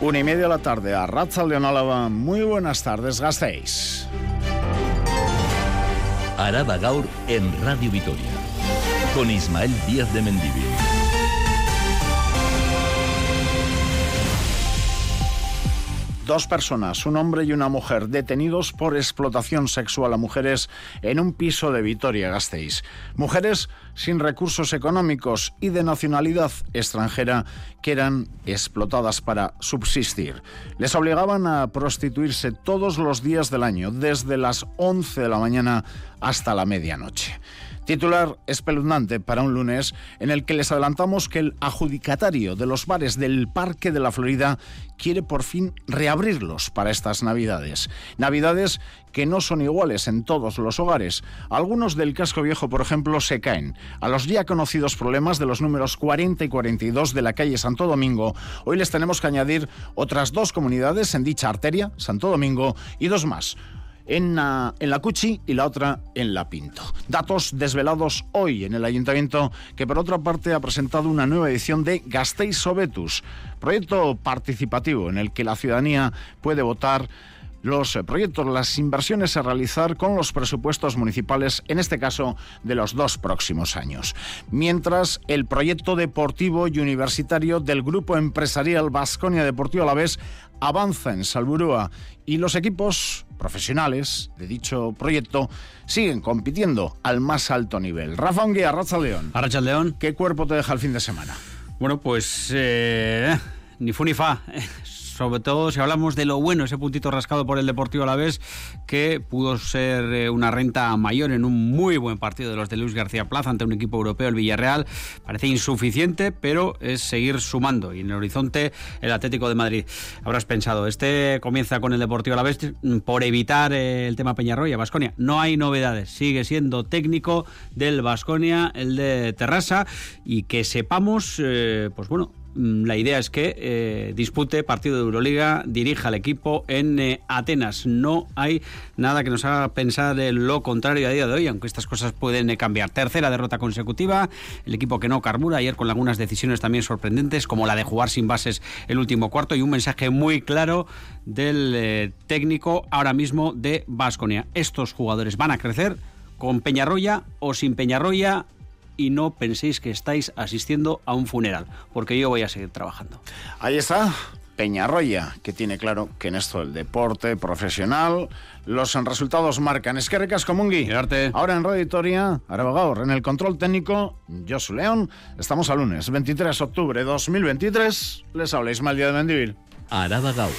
1:30 de la tarde, Arratsaldeon Álava. Muy buenas tardes, Gasteiz. Araba Gaur en Radio Vitoria, con Ismael Díaz de Mendívil. Dos personas, un hombre y una mujer, detenidos por explotación sexual a mujeres en un piso de Vitoria-Gasteiz. Mujeres sin recursos económicos y de nacionalidad extranjera que eran explotadas para subsistir. Les obligaban a prostituirse todos los días del año, desde las 11 de la mañana hasta la medianoche. Titular espeluznante para un lunes en el que les adelantamos que el adjudicatario de los bares del Parque de la Florida quiere por fin reabrirlos para estas Navidades. Navidades que no son iguales en todos los hogares. Algunos del casco viejo, por ejemplo, se caen a los ya conocidos problemas de los números 40 y 42 de la calle Santo Domingo. Hoy les tenemos que añadir otras dos comunidades en dicha arteria, Santo Domingo, y dos más. En la Cuchi y la otra en la Pinto. Datos desvelados hoy en el Ayuntamiento, que por otra parte ha presentado una nueva edición de Gasteiz Hobetuz, proyecto participativo en el que la ciudadanía puede votar los proyectos, las inversiones a realizar con los presupuestos municipales, en este caso de los 2 próximos años. Mientras el proyecto deportivo y universitario del grupo empresarial Baskonia Deportivo Alavés avanza en Salburua y los equipos profesionales de dicho proyecto siguen compitiendo al más alto nivel. Rafa Onguía, Arratsaldeon. Arratsaldeon. ¿Qué cuerpo te deja el fin de semana? Bueno, pues ni fu ni fa. Sobre todo si hablamos de lo bueno, ese puntito rascado por el Deportivo Alavés, que pudo ser una renta mayor en un muy buen partido de los de Luis García Plaza ante un equipo europeo, el Villarreal. Parece insuficiente, pero es seguir sumando. Y en el horizonte, el Atlético de Madrid. Habrás pensado, comienza con el Deportivo Alavés por evitar el tema Peñarroya, Baskonia. No hay novedades, sigue siendo técnico del Baskonia, el de Terrassa, y que sepamos, pues bueno, la idea es que dispute partido de Euroliga, dirija al equipo en Atenas. No hay nada que nos haga pensar lo contrario a día de hoy, aunque estas cosas pueden cambiar. Tercera derrota consecutiva, el equipo que no carbura, ayer con algunas decisiones también sorprendentes, como la de jugar sin bases el último cuarto, y un mensaje muy claro del técnico ahora mismo de Baskonia. Estos jugadores van a crecer con Peñarroya o sin Peñarroya, y no penséis que estáis asistiendo a un funeral, porque yo voy a seguir trabajando. Ahí está Peñarroya, que tiene claro que en esto del deporte profesional los resultados marcan. Es que recasco Mungi. Ahora en Radio Vitoria, Araba Gaur, en el control técnico, Josu León. Estamos a lunes, 23 de octubre de 2023. Les habla Ismael Díaz de Mendívil. Araba Gaur.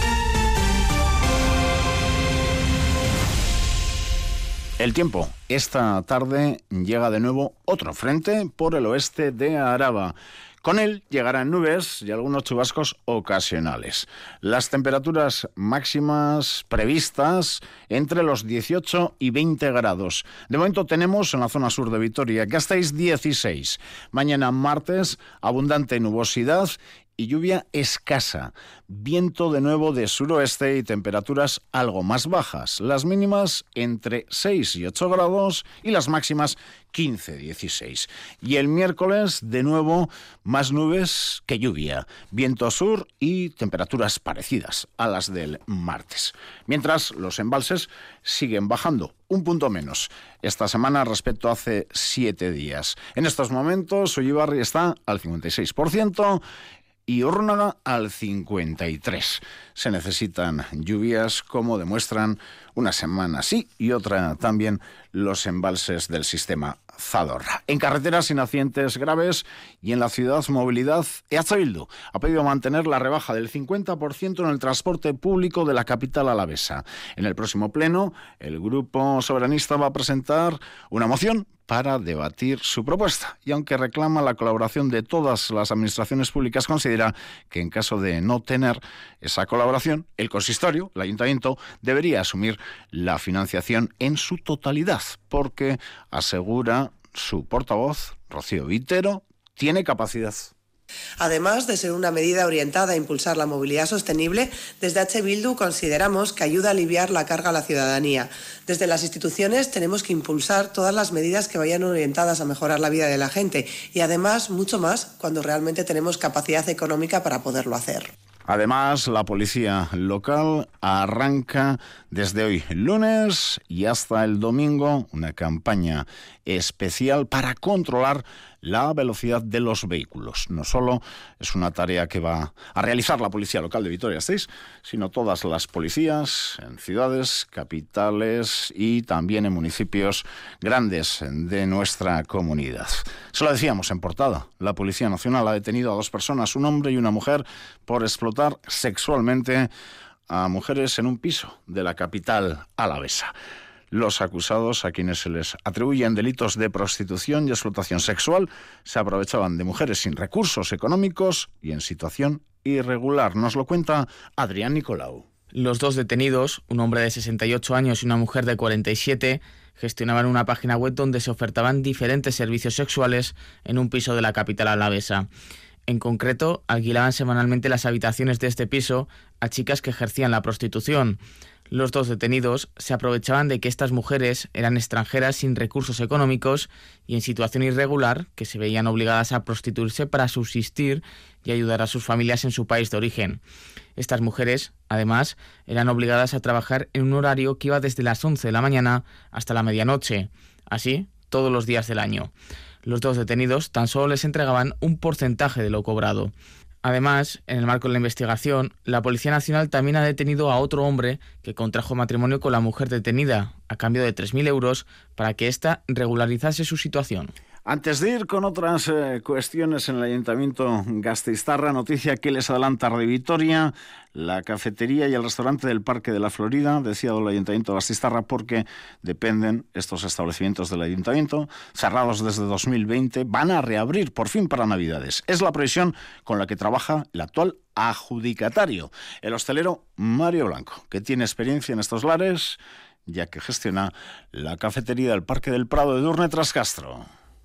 El tiempo. Esta tarde llega de nuevo otro frente por el oeste de Araba. Con él llegarán nubes y algunos chubascos ocasionales. Las temperaturas máximas previstas entre los 18 y 20 grados. De momento tenemos en la zona sur de Vitoria, Gasteiz 16. Mañana martes, abundante nubosidad y lluvia escasa. Viento de nuevo de suroeste y temperaturas algo más bajas. Las mínimas entre 6 y 8 grados y las máximas 15-16. Y el miércoles, de nuevo, más nubes que lluvia. Viento sur y temperaturas parecidas a las del martes. Mientras los embalses siguen bajando, un punto menos esta semana respecto a hace 7 días. En estos momentos, Ullibarri está al 56%, y Órnaga al 53%. Se necesitan lluvias, como demuestran una semana sí y otra también los embalses del sistema Zadorra. En carreteras sin accidentes graves y en la ciudad movilidad, EH Bildu ha pedido mantener la rebaja del 50% en el transporte público de la capital alavesa. En el próximo pleno, el grupo soberanista va a presentar una moción para debatir su propuesta. Y aunque reclama la colaboración de todas las administraciones públicas, considera que en caso de no tener esa colaboración, el consistorio, el ayuntamiento, debería asumir la financiación en su totalidad, porque, asegura su portavoz, Rocío Vitero, tiene capacidad. Además de ser una medida orientada a impulsar la movilidad sostenible, desde EH Bildu consideramos que ayuda a aliviar la carga a la ciudadanía. Desde las instituciones tenemos que impulsar todas las medidas que vayan orientadas a mejorar la vida de la gente y además mucho más cuando realmente tenemos capacidad económica para poderlo hacer. Además, la policía local arranca desde hoy, lunes, y hasta el domingo, una campaña especial para controlar la velocidad de los vehículos. No solo es una tarea que va a realizar la Policía Local de Vitoria-Gasteiz, sino todas las policías en ciudades, capitales y también en municipios grandes de nuestra comunidad. Se lo decíamos en portada, la Policía Nacional ha detenido a 2 personas, un hombre y una mujer, por explotar sexualmente a mujeres en un piso de la capital alavesa. Los acusados, a quienes se les atribuyen delitos de prostitución y explotación sexual, se aprovechaban de mujeres sin recursos económicos y en situación irregular. Nos lo cuenta Adrián Nicolau. Los 2 detenidos, un hombre de 68 años y una mujer de 47, gestionaban una página web donde se ofertaban diferentes servicios sexuales en un piso de la capital alavesa. En concreto, alquilaban semanalmente las habitaciones de este piso a chicas que ejercían la prostitución. Los 2 detenidos se aprovechaban de que estas mujeres eran extranjeras sin recursos económicos y en situación irregular, que se veían obligadas a prostituirse para subsistir y ayudar a sus familias en su país de origen. Estas mujeres, además, eran obligadas a trabajar en un horario que iba desde las 11 de la mañana hasta la medianoche, así todos los días del año. Los 2 detenidos tan solo les entregaban un porcentaje de lo cobrado. Además, en el marco de la investigación, la Policía Nacional también ha detenido a otro hombre que contrajo matrimonio con la mujer detenida, a cambio de 3.000 euros, para que ésta regularizase su situación. Antes de ir con otras cuestiones en el Ayuntamiento gasteiztarra, noticia que les adelanta Radio Vitoria, la cafetería y el restaurante del Parque de la Florida, decía el Ayuntamiento gasteiztarra, porque dependen estos establecimientos del Ayuntamiento, cerrados desde 2020, van a reabrir por fin para Navidades. Es la previsión con la que trabaja el actual adjudicatario, el hostelero Mario Blanco, que tiene experiencia en estos lares, ya que gestiona la cafetería del Parque del Prado de Durne-Trascastro.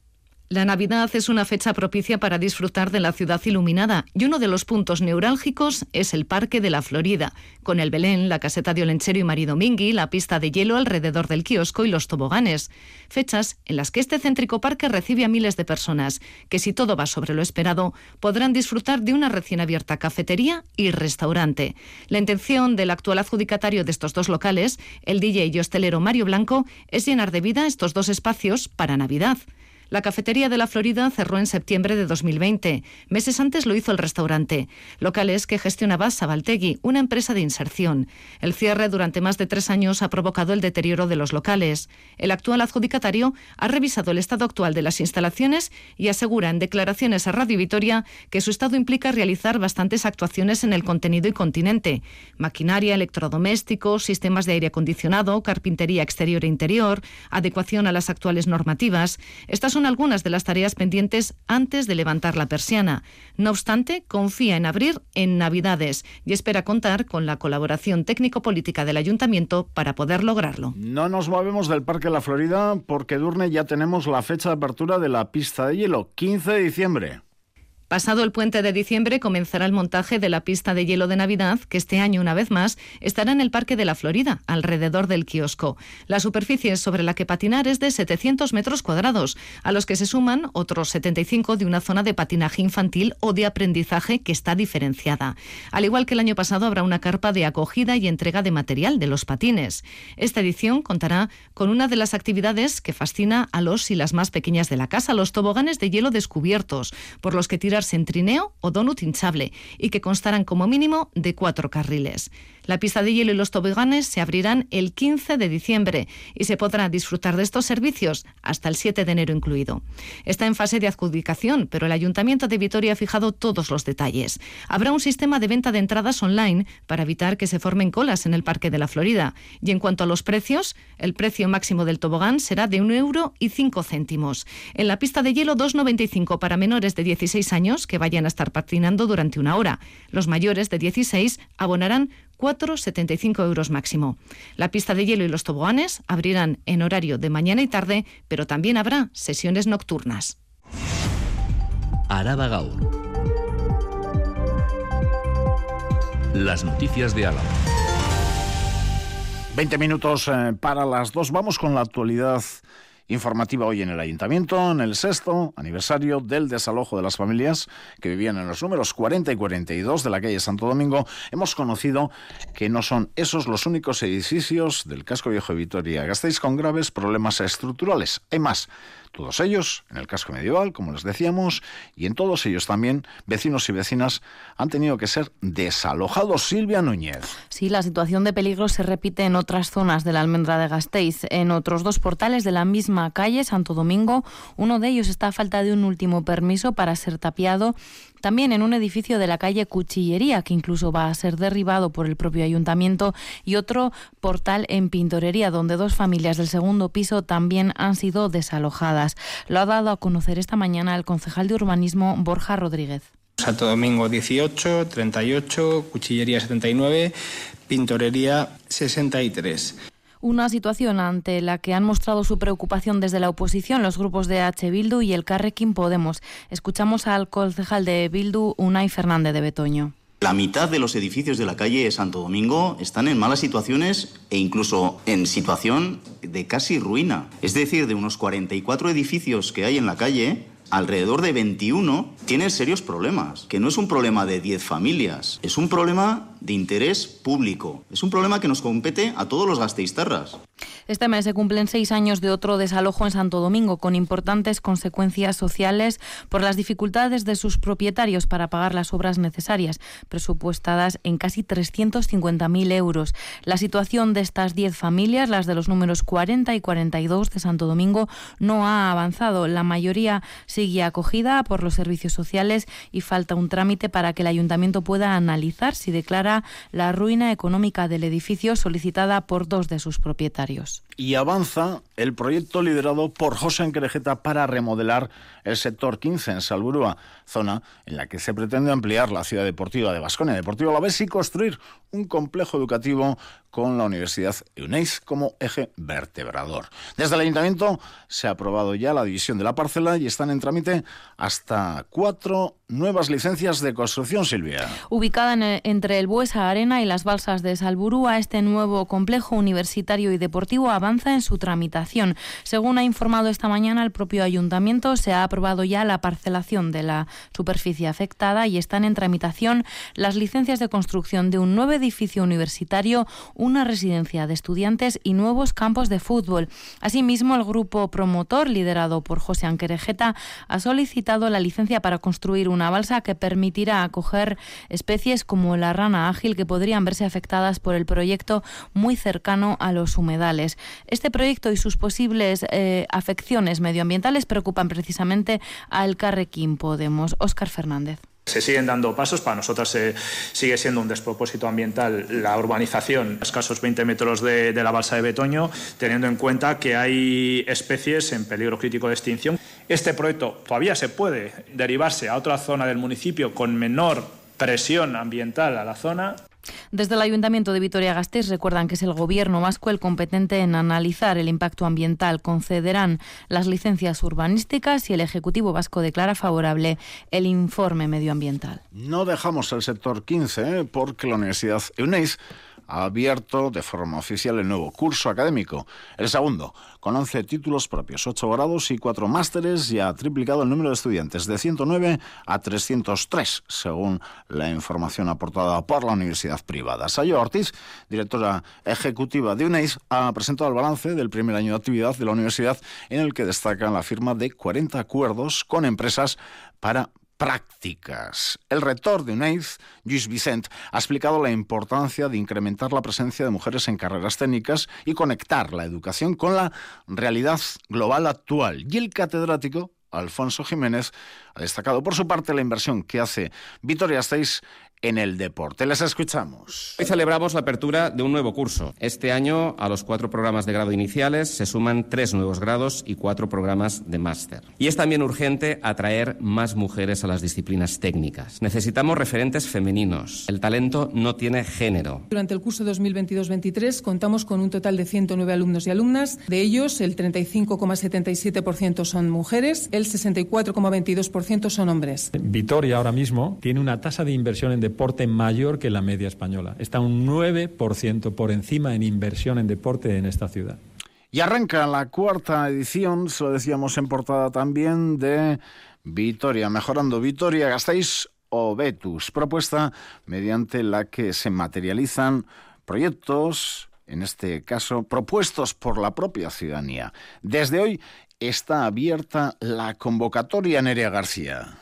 La Navidad es una fecha propicia para disfrutar de la ciudad iluminada y uno de los puntos neurálgicos es el Parque de la Florida, con el Belén, la caseta de Olenchero y Maridomingui, la pista de hielo alrededor del kiosco y los toboganes. Fechas en las que este céntrico parque recibe a miles de personas, que si todo va sobre lo esperado, podrán disfrutar de una recién abierta cafetería y restaurante. La intención del actual adjudicatario de estos 2 locales, el DJ y hostelero Mario Blanco, es llenar de vida estos 2 espacios para Navidad. La cafetería de la Florida cerró en septiembre de 2020. Meses antes lo hizo el restaurante, locales que gestionaba Sabaltegui, una empresa de inserción. El cierre durante más de 3 años ha provocado el deterioro de los locales. El actual adjudicatario ha revisado el estado actual de las instalaciones y asegura en declaraciones a Radio Vitoria que su estado implica realizar bastantes actuaciones en el contenido y continente: maquinaria, electrodomésticos, sistemas de aire acondicionado, carpintería exterior e interior, adecuación a las actuales normativas. Estas son algunas de las tareas pendientes antes de levantar la persiana. No obstante, confía en abrir en Navidades y espera contar con la colaboración técnico-política del Ayuntamiento para poder lograrlo. No nos movemos del Parque de la Florida porque Durne ya tenemos la fecha de apertura de la pista de hielo, 15 de diciembre. Pasado el puente de diciembre comenzará el montaje de la pista de hielo de Navidad, que este año, una vez más, estará en el Parque de la Florida, alrededor del kiosco. La superficie sobre la que patinar es de 700 metros cuadrados, a los que se suman otros 75 de una zona de patinaje infantil o de aprendizaje que está diferenciada. Al igual que el año pasado, habrá una carpa de acogida y entrega de material de los patines. Esta edición contará con una de las actividades que fascina a los y las más pequeñas de la casa, los toboganes de hielo descubiertos, por los que tirar en trineo o donut hinchable y que constarán como mínimo de 4 carriles. La pista de hielo y los toboganes se abrirán el 15 de diciembre y se podrá disfrutar de estos servicios hasta el 7 de enero incluido. Está en fase de adjudicación, pero el Ayuntamiento de Vitoria ha fijado todos los detalles. Habrá un sistema de venta de entradas online para evitar que se formen colas en el Parque de la Florida. Y en cuanto a los precios, el precio máximo del tobogán será de 1,05 €. En la pista de hielo, 2,95 para menores de 16 años que vayan a estar patinando durante 1 hora. Los mayores de 16 abonarán 4,75 € máximo. La pista de hielo y los toboganes abrirán en horario de mañana y tarde, pero también habrá sesiones nocturnas. Araba Gaur. Las noticias de Álava. 20 minutos para las 2. Vamos con la actualidad informativa hoy en el Ayuntamiento, en el 6º aniversario del desalojo de las familias que vivían en los números 40 y 42 de la calle Santo Domingo. Hemos conocido que no son esos los únicos edificios del casco viejo de Vitoria-Gasteiz con graves problemas estructurales. Hay más. Todos ellos en el casco medieval, como les decíamos, y en todos ellos también vecinos y vecinas han tenido que ser desalojados. Silvia Núñez. Sí, la situación de peligro se repite en otras zonas de la Almendra de Gasteiz. En otros dos portales de la misma calle, Santo Domingo, uno de ellos está a falta de un último permiso para ser tapiado. También en un edificio de la calle Cuchillería, que incluso va a ser derribado por el propio ayuntamiento, y otro portal en Pintorería, donde dos familias del segundo piso también han sido desalojadas. Lo ha dado a conocer esta mañana el concejal de urbanismo, Borja Rodríguez. Santo Domingo 18, 38, Cuchillería 79, Pintorería 63. Una situación ante la que han mostrado su preocupación desde la oposición los grupos de H. Bildu y Elkarrekin Podemos. Escuchamos al concejal de Bildu, Unai Fernández de Betoño. La mitad de los edificios de la calle Santo Domingo están en malas situaciones e incluso en situación de casi ruina. Es decir, de unos 44 edificios que hay en la calle, alrededor de 21 tienen serios problemas. Que no es un problema de 10 familias, es un problema de interés público. Es un problema que nos compete a todos los gasteiztarras. Este mes se cumplen 6 años de otro desalojo en Santo Domingo, con importantes consecuencias sociales por las dificultades de sus propietarios para pagar las obras necesarias, presupuestadas en casi 350.000 euros. La situación de estas 10 familias, las de los números 40 y 42 de Santo Domingo, no ha avanzado. La mayoría sigue acogida por los servicios sociales y falta un trámite para que el ayuntamiento pueda analizar si declara la ruina económica del edificio solicitada por 2 de sus propietarios. Y avanza el proyecto liderado por José Anquerejeta para remodelar el sector 15 en Salburua, zona en la que se pretende ampliar la ciudad deportiva de Baskonia, Deportivo Alavés, y construir un complejo educativo con la Universidad Euneiz como eje vertebrador. Desde el Ayuntamiento se ha aprobado ya la división de la parcela y están en trámite hasta 4 nuevas licencias de construcción, Silvia. Ubicada entre el Buesa Arena y las Balsas de Salburua, este nuevo complejo universitario y deportivo avanza en su tramitación. Según ha informado esta mañana el propio ayuntamiento, se ha aprobado ya la parcelación de la superficie afectada y están en tramitación las licencias de construcción de un nuevo edificio universitario, una residencia de estudiantes y nuevos campos de fútbol. Asimismo, el grupo promotor, liderado por José Anquerejeta, ha solicitado la licencia para construir una balsa que permitirá acoger especies como la rana ágil que podrían verse afectadas por el proyecto muy cercano a los humedales. Este proyecto y sus posibles afecciones medioambientales preocupan precisamente a Elkarrekin Podemos. Óscar Fernández. Se siguen dando pasos. Para nosotras sigue siendo un despropósito ambiental la urbanización a escasos 20 metros de la balsa de Betoño, teniendo en cuenta que hay especies en peligro crítico de extinción. Este proyecto todavía se puede derivarse a otra zona del municipio con menor presión ambiental a la zona. Desde el Ayuntamiento de Vitoria-Gasteiz recuerdan que es el Gobierno vasco el competente en analizar el impacto ambiental. Concederán las licencias urbanísticas y el Ejecutivo vasco declara favorable el informe medioambiental. No dejamos el sector 15 porque la Universidad Euneiz ha abierto de forma oficial el nuevo curso académico, el segundo, con 11 títulos propios, 8 grados y 4 másteres, y ha triplicado el número de estudiantes de 109 a 303, según la información aportada por la universidad privada. Sayo Ortiz, directora ejecutiva de Euneiz, ha presentado el balance del primer año de actividad de la universidad, en el que destaca la firma de 40 acuerdos con empresas para prácticas. El rector de Euneiz, Lluís Vicent, ha explicado la importancia de incrementar la presencia de mujeres en carreras técnicas y conectar la educación con la realidad global actual. Y el catedrático, Alfonso Jiménez, ha destacado por su parte la inversión que hace Vitoria-Gasteiz en el deporte. Les escuchamos. Hoy celebramos la apertura de un nuevo curso. Este año, a los 4 programas de grado iniciales se suman 3 nuevos grados y 4 programas de máster. Y es también urgente atraer más mujeres a las disciplinas técnicas. Necesitamos referentes femeninos. El talento no tiene género. Durante el curso 2022-23 contamos con un total de 109 alumnos y alumnas. De ellos, el 35,77% son mujeres, el 64,22% son hombres. Vitoria ahora mismo tiene una tasa de inversión en deporte mayor que la media española. Está un 9% por encima en inversión en deporte en esta ciudad. Y arranca la cuarta edición, se lo decíamos en portada también, de Vitoria, mejorando Vitoria-Gasteiz Hobetuz, propuesta mediante la que se materializan proyectos, en este caso propuestos por la propia ciudadanía. Desde hoy está abierta la convocatoria, Nerea García.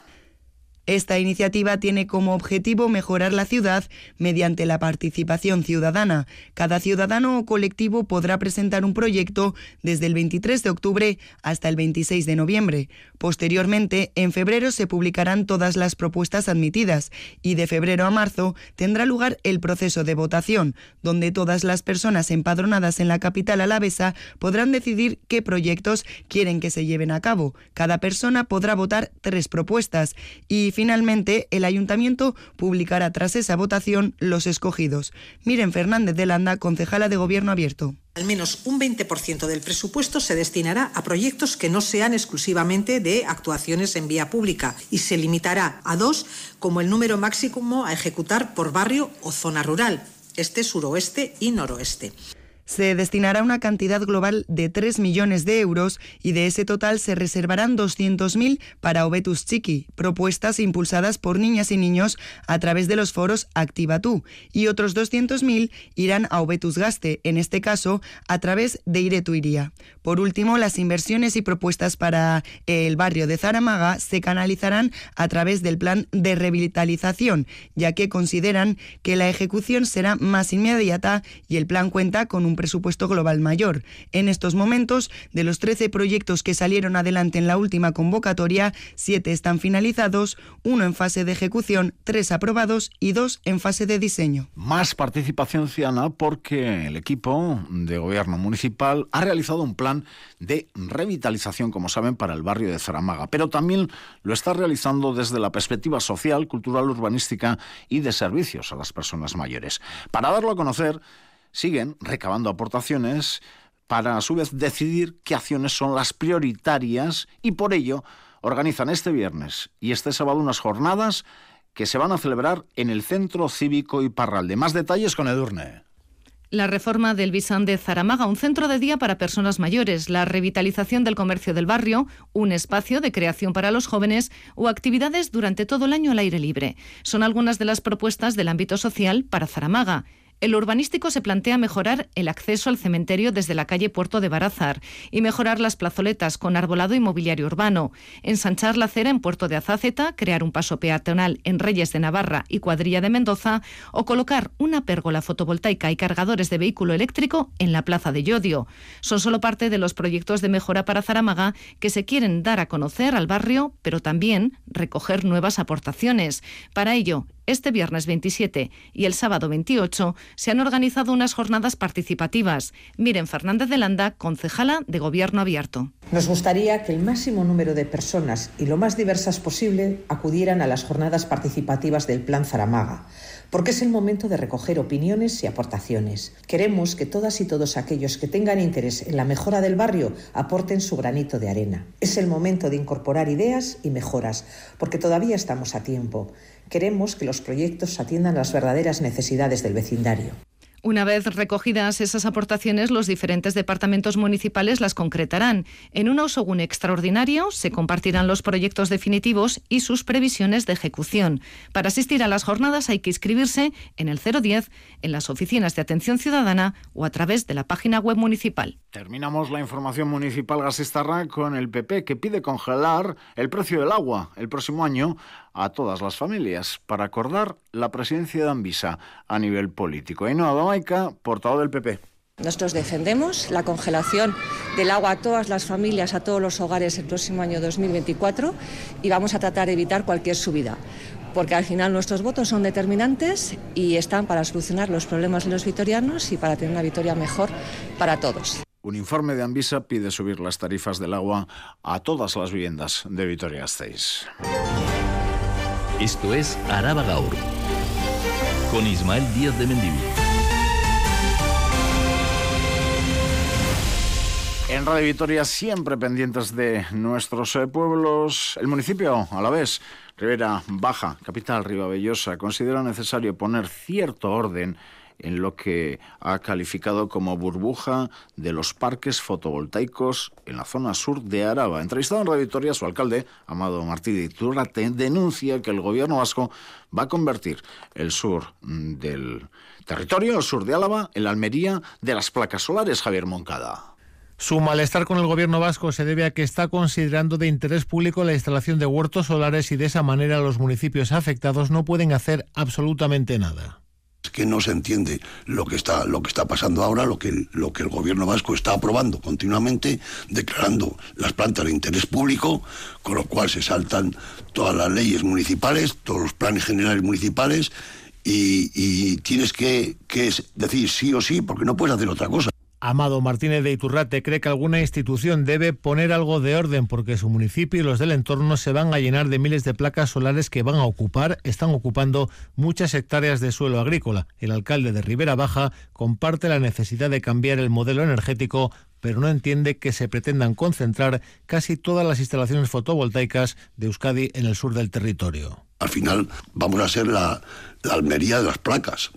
Esta iniciativa tiene como objetivo mejorar la ciudad mediante la participación ciudadana. Cada ciudadano o colectivo podrá presentar un proyecto desde el 23 de octubre hasta el 26 de noviembre. Posteriormente, en febrero se publicarán todas las propuestas admitidas y de febrero a marzo tendrá lugar el proceso de votación, donde todas las personas empadronadas en la capital alavesa podrán decidir qué proyectos quieren que se lleven a cabo. Cada persona podrá votar 3 propuestas y finalmente, el Ayuntamiento publicará tras esa votación los escogidos. Miren Fernández de Landa, concejala de Gobierno Abierto. Al menos un 20% del presupuesto se destinará a proyectos que no sean exclusivamente de actuaciones en vía pública y se limitará a 2 como el número máximo a ejecutar por barrio o zona rural, este, suroeste y noroeste. Se destinará una cantidad global de 3 millones de euros y de ese total se reservarán 200.000 para Hobetuz Txiki, propuestas impulsadas por niñas y niños a través de los foros Activa Tú, y otros 200.000 irán a Hobetuz Gazte, en este caso a través de Ire Tu Iria. Por último, las inversiones y propuestas para el barrio de Zaramaga se canalizarán a través del plan de revitalización, ya que consideran que la ejecución será más inmediata y el plan cuenta con un presupuesto global mayor. En estos momentos, de los 13 proyectos que salieron adelante en la última convocatoria, 7 están finalizados, 1 en fase de ejecución, 3 aprobados y 2 en fase de diseño. Más participación ciudadana porque el equipo de gobierno municipal ha realizado un plan de revitalización, como saben, para el barrio de Zaramaga, pero también lo está realizando desde la perspectiva social, cultural, urbanística y de servicios a las personas mayores. Para darlo a conocer, siguen recabando aportaciones para a su vez decidir qué acciones son las prioritarias y por ello organizan este viernes y este sábado unas jornadas que se van a celebrar en el Centro Cívico Iparralde. Más detalles con Edurne. La reforma del Bisán de Zaramaga, un centro de día para personas mayores, la revitalización del comercio del barrio, un espacio de creación para los jóvenes o actividades durante todo el año al aire libre. Son algunas de las propuestas del ámbito social para Zaramaga. El urbanístico se plantea mejorar el acceso al cementerio desde la calle Puerto de Barázar y mejorar las plazoletas con arbolado y mobiliario urbano, ensanchar la acera en Puerto de Azáceta, crear un paso peatonal en Reyes de Navarra y Cuadrilla de Mendoza o colocar una pérgola fotovoltaica y cargadores de vehículo eléctrico en la plaza de Llodio. Son solo parte de los proyectos de mejora para Zaramaga que se quieren dar a conocer al barrio, pero también recoger nuevas aportaciones. Para ello, este viernes 27 y el sábado 28 se han organizado unas jornadas participativas. Miren Fernández de Landa, concejala de Gobierno Abierto. Nos gustaría que el máximo número de personas y lo más diversas posible acudieran a las jornadas participativas del Plan Zaramaga, porque es el momento de recoger opiniones y aportaciones. Queremos que todas y todos aquellos que tengan interés en la mejora del barrio aporten su granito de arena. Es el momento de incorporar ideas y mejoras, porque todavía estamos a tiempo. Queremos que los proyectos atiendan las verdaderas necesidades del vecindario. Una vez recogidas esas aportaciones, los diferentes departamentos municipales las concretarán. En un osogune extraordinario se compartirán los proyectos definitivos y sus previsiones de ejecución. Para asistir a las jornadas hay que inscribirse en el 010, en las oficinas de atención ciudadana o a través de la página web municipal. Terminamos la información municipal gasistarra con el PP, que pide congelar el precio del agua el próximo año a todas las familias para acordar la presidencia de Anvisa a nivel político. Ainhoa Domaica, portavoz del PP. Nosotros defendemos la congelación del agua a todas las familias, a todos los hogares el próximo año 2024 y vamos a tratar de evitar cualquier subida, porque al final nuestros votos son determinantes y están para solucionar los problemas de los vitorianos y para tener una Vitoria mejor para todos. Un informe de Anvisa pide subir las tarifas del agua a todas las viviendas de Vitoria-Gasteiz. Esto es Araba Gaur, con Ismael Díaz de Mendivil. En Radio Vitoria, siempre pendientes de nuestros pueblos, el municipio alavés, Ribera Baja, capital ribavellosa, considera necesario poner cierto orden en lo que ha calificado como burbuja de los parques fotovoltaicos en la zona sur de Araba. Entrevistado en Radio Vitoria, su alcalde, Amado Martí de Iturrate, denuncia que el gobierno vasco va a convertir el sur del territorio, el sur de Álava, en la Almería de las placas solares. Javier Moncada. Su malestar con el gobierno vasco se debe a que está considerando de interés público la instalación de huertos solares y de esa manera los municipios afectados no pueden hacer absolutamente nada. Es que no se entiende lo que está pasando ahora, lo que el gobierno vasco está aprobando continuamente, declarando las plantas de interés público, con lo cual se saltan todas las leyes municipales, todos los planes generales municipales, y tienes que decir sí o sí, porque no puedes hacer otra cosa. Amado Martínez de Iturrate cree que alguna institución debe poner algo de orden porque su municipio y los del entorno se van a llenar de miles de placas solares que están ocupando muchas hectáreas de suelo agrícola. El alcalde de Ribera Baja comparte la necesidad de cambiar el modelo energético, pero no entiende que se pretendan concentrar casi todas las instalaciones fotovoltaicas de Euskadi en el sur del territorio. Al final vamos a ser la Almería de las placas,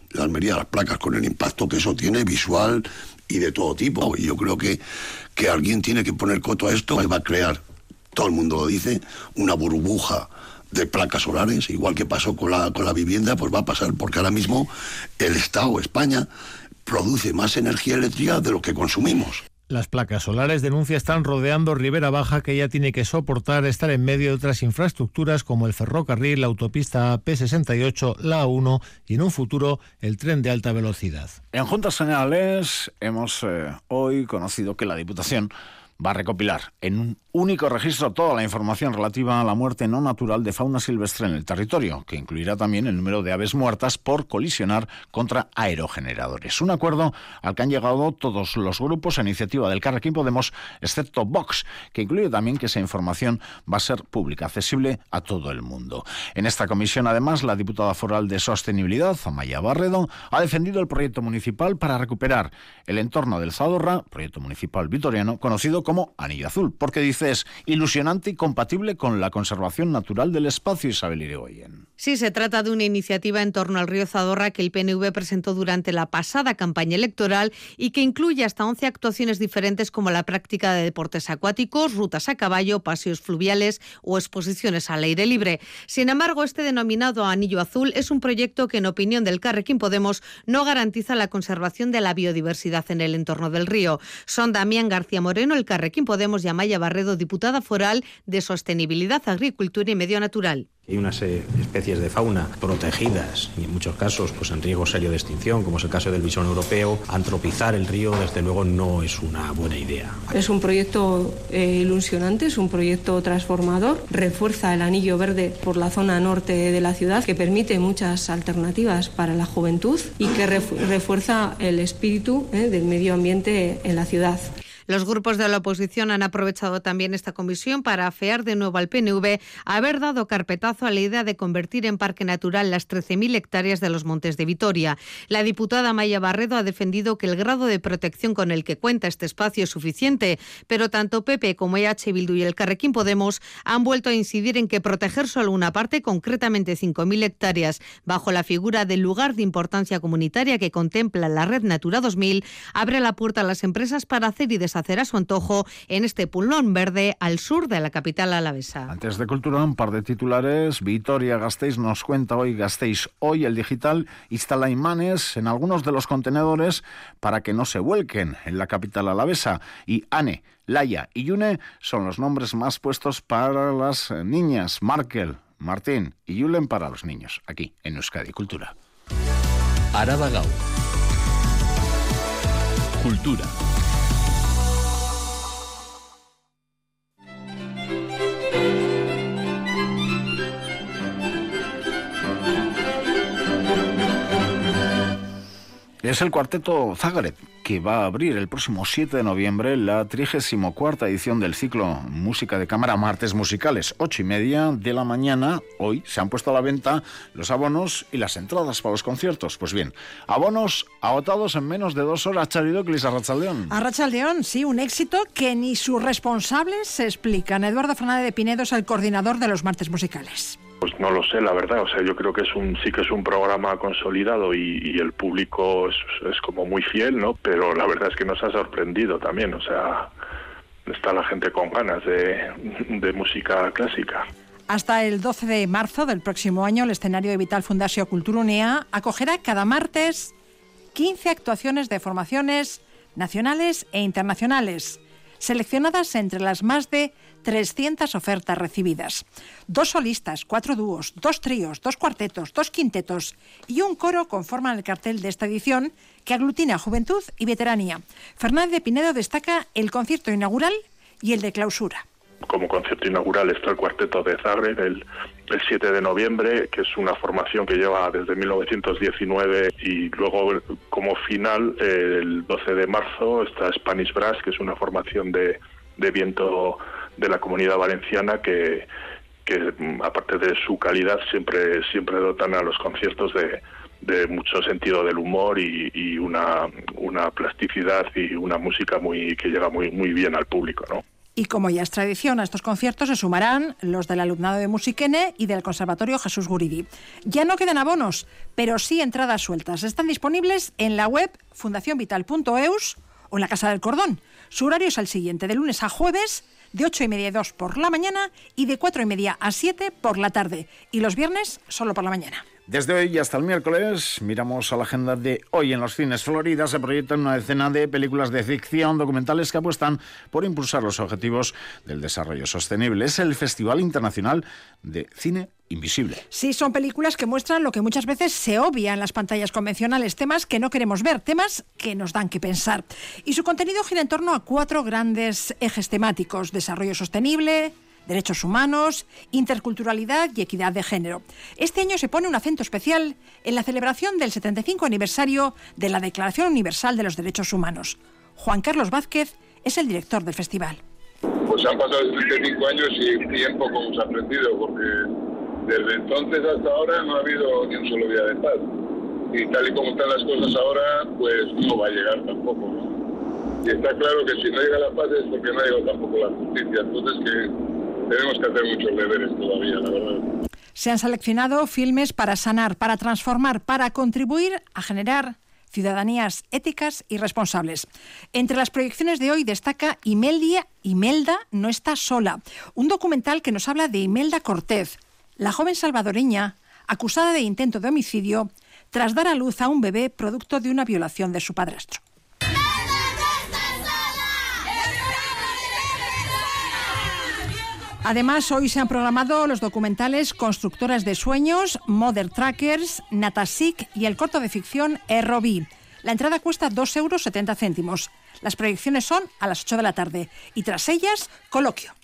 con el impacto que eso tiene visual y de todo tipo. Y yo creo que alguien tiene que poner coto a esto, va a crear, todo el mundo lo dice, una burbuja de placas solares, igual que pasó con la vivienda, pues va a pasar, porque ahora mismo el Estado, España, produce más energía eléctrica de lo que consumimos. Las placas solares, denuncia, están rodeando Ribera Baja, que ya tiene que soportar estar en medio de otras infraestructuras como el ferrocarril, la autopista AP68, la A1 y en un futuro el tren de alta velocidad. En Juntas Generales hemos hoy conocido que la Diputación va a recopilar en un único registro toda la información relativa a la muerte no natural de fauna silvestre en el territorio, que incluirá también el número de aves muertas por colisionar contra aerogeneradores. Un acuerdo al que han llegado todos los grupos a iniciativa del Carrequín Podemos, excepto Vox, que incluye también que esa información va a ser pública, accesible a todo el mundo. En esta comisión, además, la diputada foral de Sostenibilidad, Amaia Barredo, ha defendido el proyecto municipal para recuperar el entorno del Zadorra, proyecto municipal vitoriano, conocido como Anillo Azul, porque dice es ilusionante y compatible con la conservación natural del espacio. Isabel Irigoyen. Sí, se trata de una iniciativa en torno al río Zadorra que el PNV presentó durante la pasada campaña electoral y que incluye hasta 11 actuaciones diferentes como la práctica de deportes acuáticos, rutas a caballo, paseos fluviales o exposiciones al aire libre. Sin embargo, este denominado Anillo Azul es un proyecto que, en opinión del Carrequín Podemos, no garantiza la conservación de la biodiversidad en el entorno del río. Son Damián García Moreno, el Carrequín Podemos, y Amaia Barredo, diputada foral de Sostenibilidad, Agricultura y Medio Natural. Hay unas especies de fauna protegidas y en muchos casos pues en riesgo serio de extinción, como es el caso del bisón europeo. Antropizar el río, desde luego, no es una buena idea. Es un proyecto ilusionante, es un proyecto transformador, refuerza el anillo verde por la zona norte de la ciudad, que permite muchas alternativas para la juventud y que refuerza el espíritu del medio ambiente en la ciudad. Los grupos de la oposición han aprovechado también esta comisión para afear de nuevo al PNV haber dado carpetazo a la idea de convertir en parque natural las 13.000 hectáreas de los Montes de Vitoria. La diputada Amaia Barredo ha defendido que el grado de protección con el que cuenta este espacio es suficiente, pero tanto PP como EH Bildu y el Carrequín Podemos han vuelto a incidir en que proteger solo una parte, concretamente 5.000 hectáreas, bajo la figura del lugar de importancia comunitaria que contempla la Red Natura 2000, abre la puerta a las empresas para hacer y deshacer a su antojo en este pulmón verde al sur de la capital alavesa. Antes de cultura, un par de titulares. Vitoria-Gasteiz nos cuenta hoy Gasteiz. Hoy el digital instala imanes en algunos de los contenedores para que no se vuelquen en la capital alavesa. Y Ane, Laia y Yune son los nombres más puestos para las niñas. Markel, Martín y Julen para los niños, aquí en Euskadi Cultura. Araba Gau. Cultura. Es el cuarteto Zagreb, que va a abrir el próximo 7 de noviembre la 34ª edición del ciclo Música de Cámara Martes Musicales, 8:30 de la mañana. Hoy se han puesto a la venta los abonos y las entradas para los conciertos. Pues bien, abonos agotados en menos de 2 horas. Charidoclis, Arratsaldeón. Arratsaldeón, sí, un éxito que ni sus responsables se explican. Eduardo Fernández de Pinedo es el coordinador de los Martes Musicales. Pues no lo sé, la verdad. O sea, yo creo que sí que es un programa consolidado y el público es como muy fiel, ¿no? Pero la verdad es que nos ha sorprendido también. O sea, está la gente con ganas de música clásica. Hasta el 12 de marzo del próximo año, el escenario de Vital Fundació Culturunea acogerá cada martes 15 actuaciones de formaciones nacionales e internacionales, seleccionadas entre las más de 300 ofertas recibidas. 2 solistas, 4 dúos, 2 tríos, 2 cuartetos, 2 quintetos y un coro conforman el cartel de esta edición, que aglutina juventud y veteranía. Fernández de Pinedo destaca el concierto inaugural y el de clausura. Como concierto inaugural está el Cuarteto de Zagreb el 7 de noviembre, que es una formación que lleva desde 1919, y luego como final el 12 de marzo está Spanish Brass, que es una formación de viento de la Comunidad Valenciana que aparte de su calidad siempre dotan a los conciertos de mucho sentido del humor y una plasticidad y una música que llega muy bien al público, ¿no? Y como ya es tradición, a estos conciertos se sumarán los del alumnado de Musiquene y del Conservatorio Jesús Guridi. Ya no quedan abonos, pero sí entradas sueltas. Están disponibles en la web fundacionvital.eus o en la Casa del Cordón. Su horario es el siguiente: de lunes a jueves, de 8:30 a 2 por la mañana y de 4:30 a 7 por la tarde. Y los viernes solo por la mañana. Desde hoy hasta el miércoles miramos a la agenda de hoy. En los cines Florida se proyectan una decena de películas de ficción documentales que apuestan por impulsar los objetivos del desarrollo sostenible. Es el Festival Internacional de Cine Invisible. Sí, son películas que muestran lo que muchas veces se obvia en las pantallas convencionales, temas que no queremos ver, temas que nos dan que pensar. Y su contenido gira en torno a 4 grandes ejes temáticos: desarrollo sostenible, derechos humanos, interculturalidad y equidad de género. Este año se pone un acento especial en la celebración del 75 aniversario de la Declaración Universal de los Derechos Humanos. Juan Carlos Vázquez es el director del festival. Pues han pasado 75 años y bien poco hemos aprendido, porque desde entonces hasta ahora no ha habido ni un solo día de paz. Y tal y como están las cosas ahora, pues no va a llegar tampoco, ¿no? Y está claro que si no llega la paz es porque no ha llegado tampoco la justicia. Entonces que tenemos que hacer muchos deberes todavía, la verdad. Se han seleccionado filmes para sanar, para transformar, para contribuir a generar ciudadanías éticas y responsables. Entre las proyecciones de hoy destaca Imelda no está sola, un documental que nos habla de Imelda Cortez, la joven salvadoreña acusada de intento de homicidio tras dar a luz a un bebé producto de una violación de su padrastro. Además, hoy se han programado los documentales Constructoras de Sueños, Mother Trackers, Natasic y el corto de ficción Errobi. La entrada cuesta 2,70 €. Las proyecciones son a las 8 de la tarde y tras ellas, coloquio.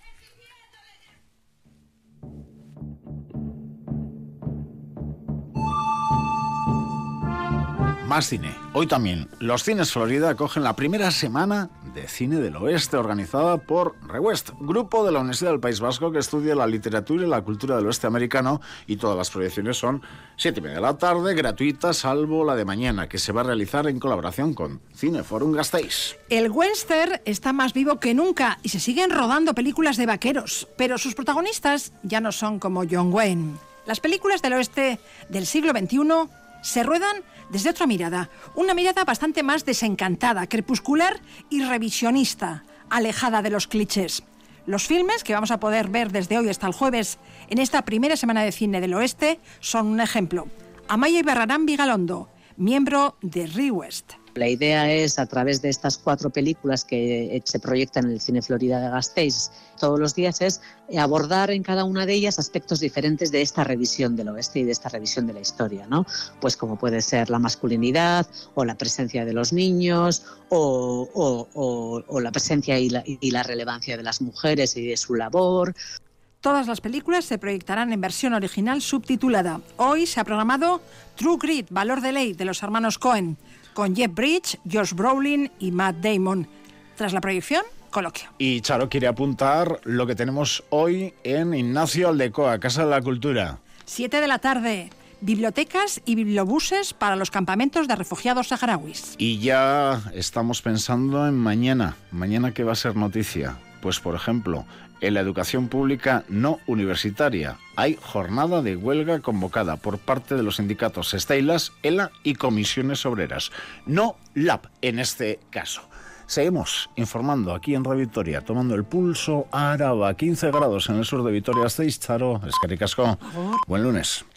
Más cine. Hoy también los cines Florida acogen la primera semana de Cine del Oeste, organizada por Rewest, grupo de la Universidad del País Vasco que estudia la literatura y la cultura del oeste americano, y todas las proyecciones son 7:30 de la tarde, gratuitas, salvo la de mañana, que se va a realizar en colaboración con Cineforum Gasteiz. El western está más vivo que nunca y se siguen rodando películas de vaqueros, pero sus protagonistas ya no son como John Wayne. Las películas del oeste del siglo XXI se ruedan desde otra mirada, una mirada bastante más desencantada, crepuscular y revisionista, alejada de los clichés. Los filmes que vamos a poder ver desde hoy hasta el jueves en esta primera semana de Cine del Oeste son un ejemplo. Amaya Ibarrarán Vigalondo, miembro de Rewest. La idea es, a través de estas 4 películas que se proyectan en el Cine Florida de Gasteiz todos los días, es abordar en cada una de ellas aspectos diferentes de esta revisión del oeste y de esta revisión de la historia, ¿no? Pues como puede ser la masculinidad o la presencia de los niños o la presencia y la relevancia de las mujeres y de su labor. Todas las películas se proyectarán en versión original subtitulada. Hoy se ha programado True Grit, Valor de Ley, de los hermanos Coen, con Jeff Bridges, Josh Brolin y Matt Damon. Tras la proyección, coloquio. Y Charo quiere apuntar lo que tenemos hoy en Ignacio Aldecoa, Casa de la Cultura. 7 de la tarde. Bibliotecas y bibliobuses para los campamentos de refugiados saharauis. Y ya estamos pensando en mañana. ¿Mañana qué va a ser noticia? Pues, por ejemplo, en la educación pública no universitaria. Hay jornada de huelga convocada por parte de los sindicatos Steilas, ELA y comisiones obreras. No LAB en este caso. Seguimos informando aquí en Radio Vitoria, tomando el pulso a Araba, 15 grados en el sur de Vitoria-Gasteiz. Charo, eskerrik asko. Buen lunes.